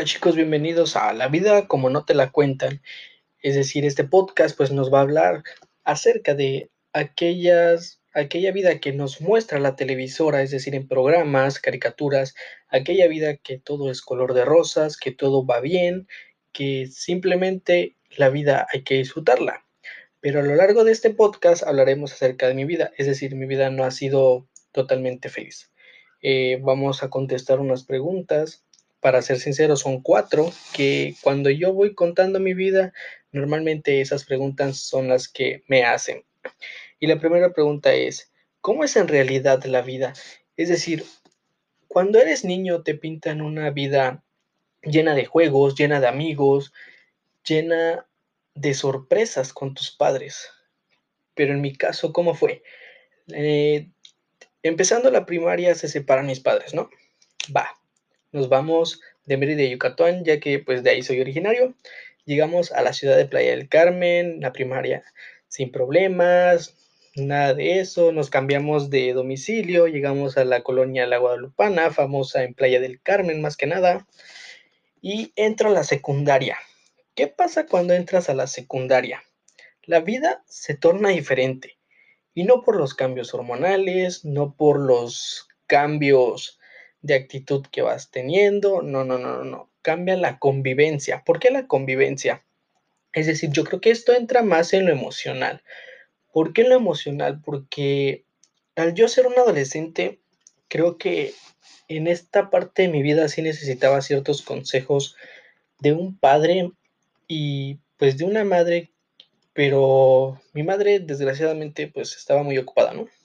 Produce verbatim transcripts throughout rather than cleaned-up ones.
Hola chicos, bienvenidos a La vida como no te la cuentan. Es decir, este podcast pues nos va a hablar acerca de aquellas, aquella vida que nos muestra la televisora, es decir, en programas, caricaturas, aquella vida que todo es color de rosas, que todo va bien, que simplemente la vida hay que disfrutarla. Pero a lo largo de este podcast hablaremos acerca de mi vida, es decir, mi vida no ha sido totalmente feliz. Eh, vamos a contestar unas preguntas. Para ser sincero, son cuatro que cuando yo voy contando mi vida, normalmente esas preguntas son las que me hacen. Y la primera pregunta es, ¿cómo es en realidad la vida? Es decir, cuando eres niño te pintan una vida llena de juegos, llena de amigos, llena de sorpresas con tus padres. Pero en mi caso, ¿cómo fue? Eh, empezando la primaria se separan mis padres, ¿no? Va, nos vamos de Mérida, Yucatán, ya que pues de ahí soy originario. Llegamos a la ciudad de Playa del Carmen, la primaria sin problemas, nada de eso. Nos cambiamos de domicilio, llegamos a la colonia La Guadalupana, famosa en Playa del Carmen más que nada. Y entro a la secundaria. ¿Qué pasa cuando entras a la secundaria? La vida se torna diferente. Y no por los cambios hormonales, no por los cambios de actitud que vas teniendo, no, no, no, no, no. Cambia la convivencia. ¿Por qué la convivencia? Es decir, yo creo que esto entra más en lo emocional. ¿Por qué en lo emocional? Porque al yo ser un adolescente, creo que en esta parte de mi vida sí necesitaba ciertos consejos de un padre y pues de una madre, pero mi madre desgraciadamente pues estaba muy ocupada, ¿no?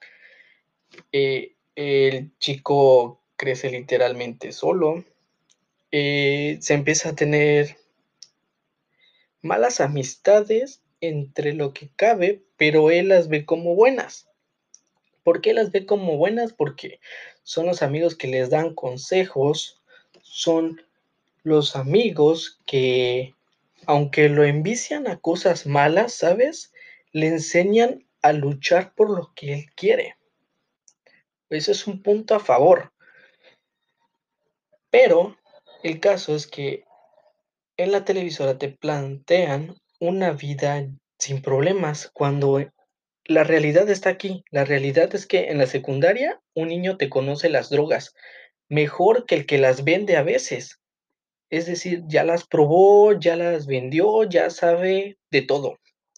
Eh, el chico crece literalmente solo, eh, se empieza a tener malas amistades entre lo que cabe, pero él las ve como buenas. ¿Por qué las ve como buenas? Porque son los amigos que les dan consejos, son los amigos que, aunque lo envician a cosas malas, ¿sabes? Le enseñan a luchar por lo que él quiere. Ese es un punto a favor. Pero el caso es que en la televisora te plantean una vida sin problemas cuando la realidad está aquí. La realidad es que en la secundaria un niño te conoce las drogas mejor que el que las vende a veces. Es decir, ya las probó, ya las vendió, ya sabe de todo.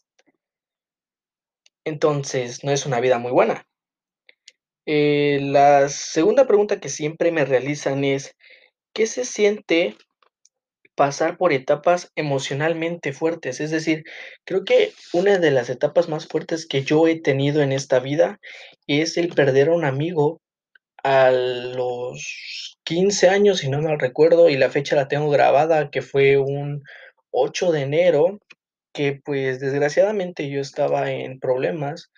Entonces, no es una vida muy buena. Eh, la segunda pregunta que siempre me realizan es, ¿qué se siente pasar por etapas emocionalmente fuertes? Es decir, creo que una de las etapas más fuertes que yo he tenido en esta vida es el perder a un amigo a los quince años, si no mal recuerdo, y la fecha la tengo grabada, que fue un ocho de enero, que pues desgraciadamente yo estaba en problemas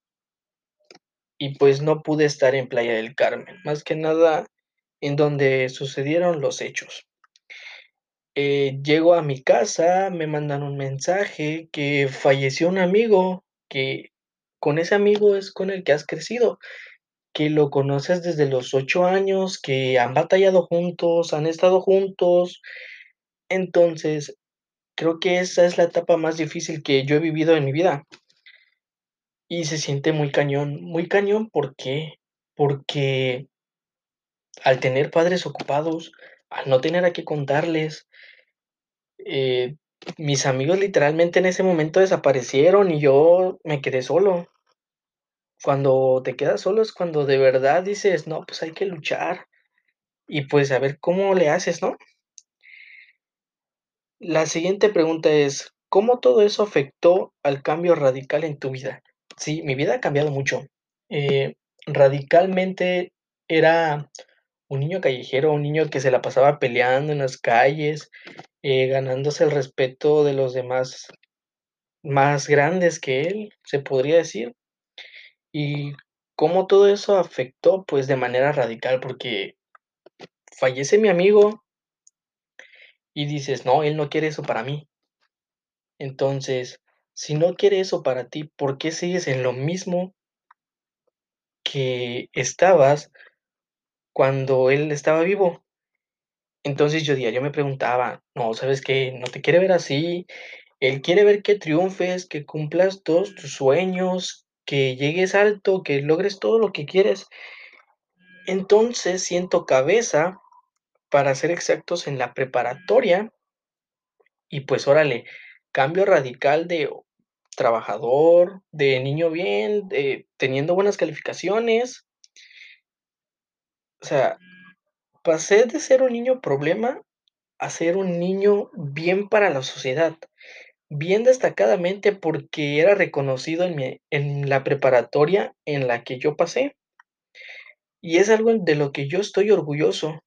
y pues no pude estar en Playa del Carmen, más que nada en donde sucedieron los hechos. Eh, llego a mi casa, me mandan un mensaje que falleció un amigo, que con ese amigo es con el que has crecido, que lo conoces desde los ocho años, que han batallado juntos, han estado juntos. Entonces, creo que esa es la etapa más difícil que yo he vivido en mi vida. Y se siente muy cañón, muy cañón, ¿por qué? Porque al tener padres ocupados, al no tener a qué contarles, eh, mis amigos literalmente en ese momento desaparecieron y yo me quedé solo. Cuando te quedas solo es cuando de verdad dices: "No, pues hay que luchar", y pues a ver cómo le haces, ¿no? La siguiente pregunta es, ¿cómo todo eso afectó al cambio radical en tu vida? Sí, mi vida ha cambiado mucho. Eh, radicalmente era un niño callejero, un niño que se la pasaba peleando en las calles, eh, ganándose el respeto de los demás más grandes que él, se podría decir. Y cómo todo eso afectó, pues, de manera radical, porque fallece mi amigo y dices: "No, él no quiere eso para mí". Entonces, si no quiere eso para ti, ¿por qué sigues en lo mismo que estabas cuando él estaba vivo? Entonces yo diario me preguntaba: "No, ¿sabes qué? No te quiere ver así, él quiere ver que triunfes, que cumplas todos tus sueños, que llegues alto, que logres todo lo que quieres". Entonces siento cabeza, para ser exactos, en la preparatoria y pues órale, cambio radical de trabajador, de niño bien, de teniendo buenas calificaciones. O sea, pasé de ser un niño problema a ser un niño bien para la sociedad, bien destacadamente porque era reconocido en mi en la preparatoria en la que yo pasé. Y es algo de lo que yo estoy orgulloso.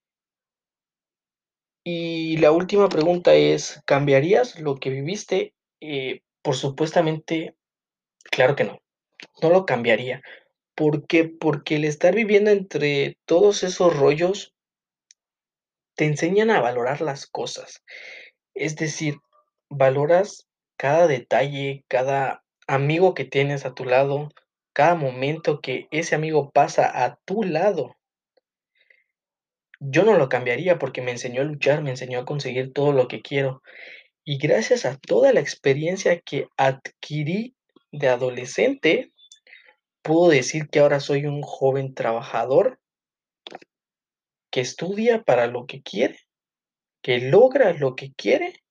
Y la última pregunta es, ¿cambiarías lo que viviste? Eh, por supuestamente, claro que no, no lo cambiaría. ¿Por qué? Porque el estar viviendo entre todos esos rollos te enseñan a valorar las cosas. Es decir, valoras cada detalle, cada amigo que tienes a tu lado, cada momento que ese amigo pasa a tu lado. Yo no lo cambiaría porque me enseñó a luchar, me enseñó a conseguir todo lo que quiero. Y gracias a toda la experiencia que adquirí de adolescente, puedo decir que ahora soy un joven trabajador que estudia para lo que quiere, que logra lo que quiere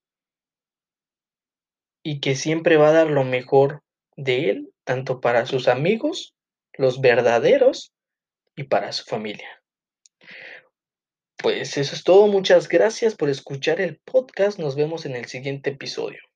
y que siempre va a dar lo mejor de él, tanto para sus amigos, los verdaderos, y para su familia. Pues eso es todo, muchas gracias por escuchar el podcast, nos vemos en el siguiente episodio.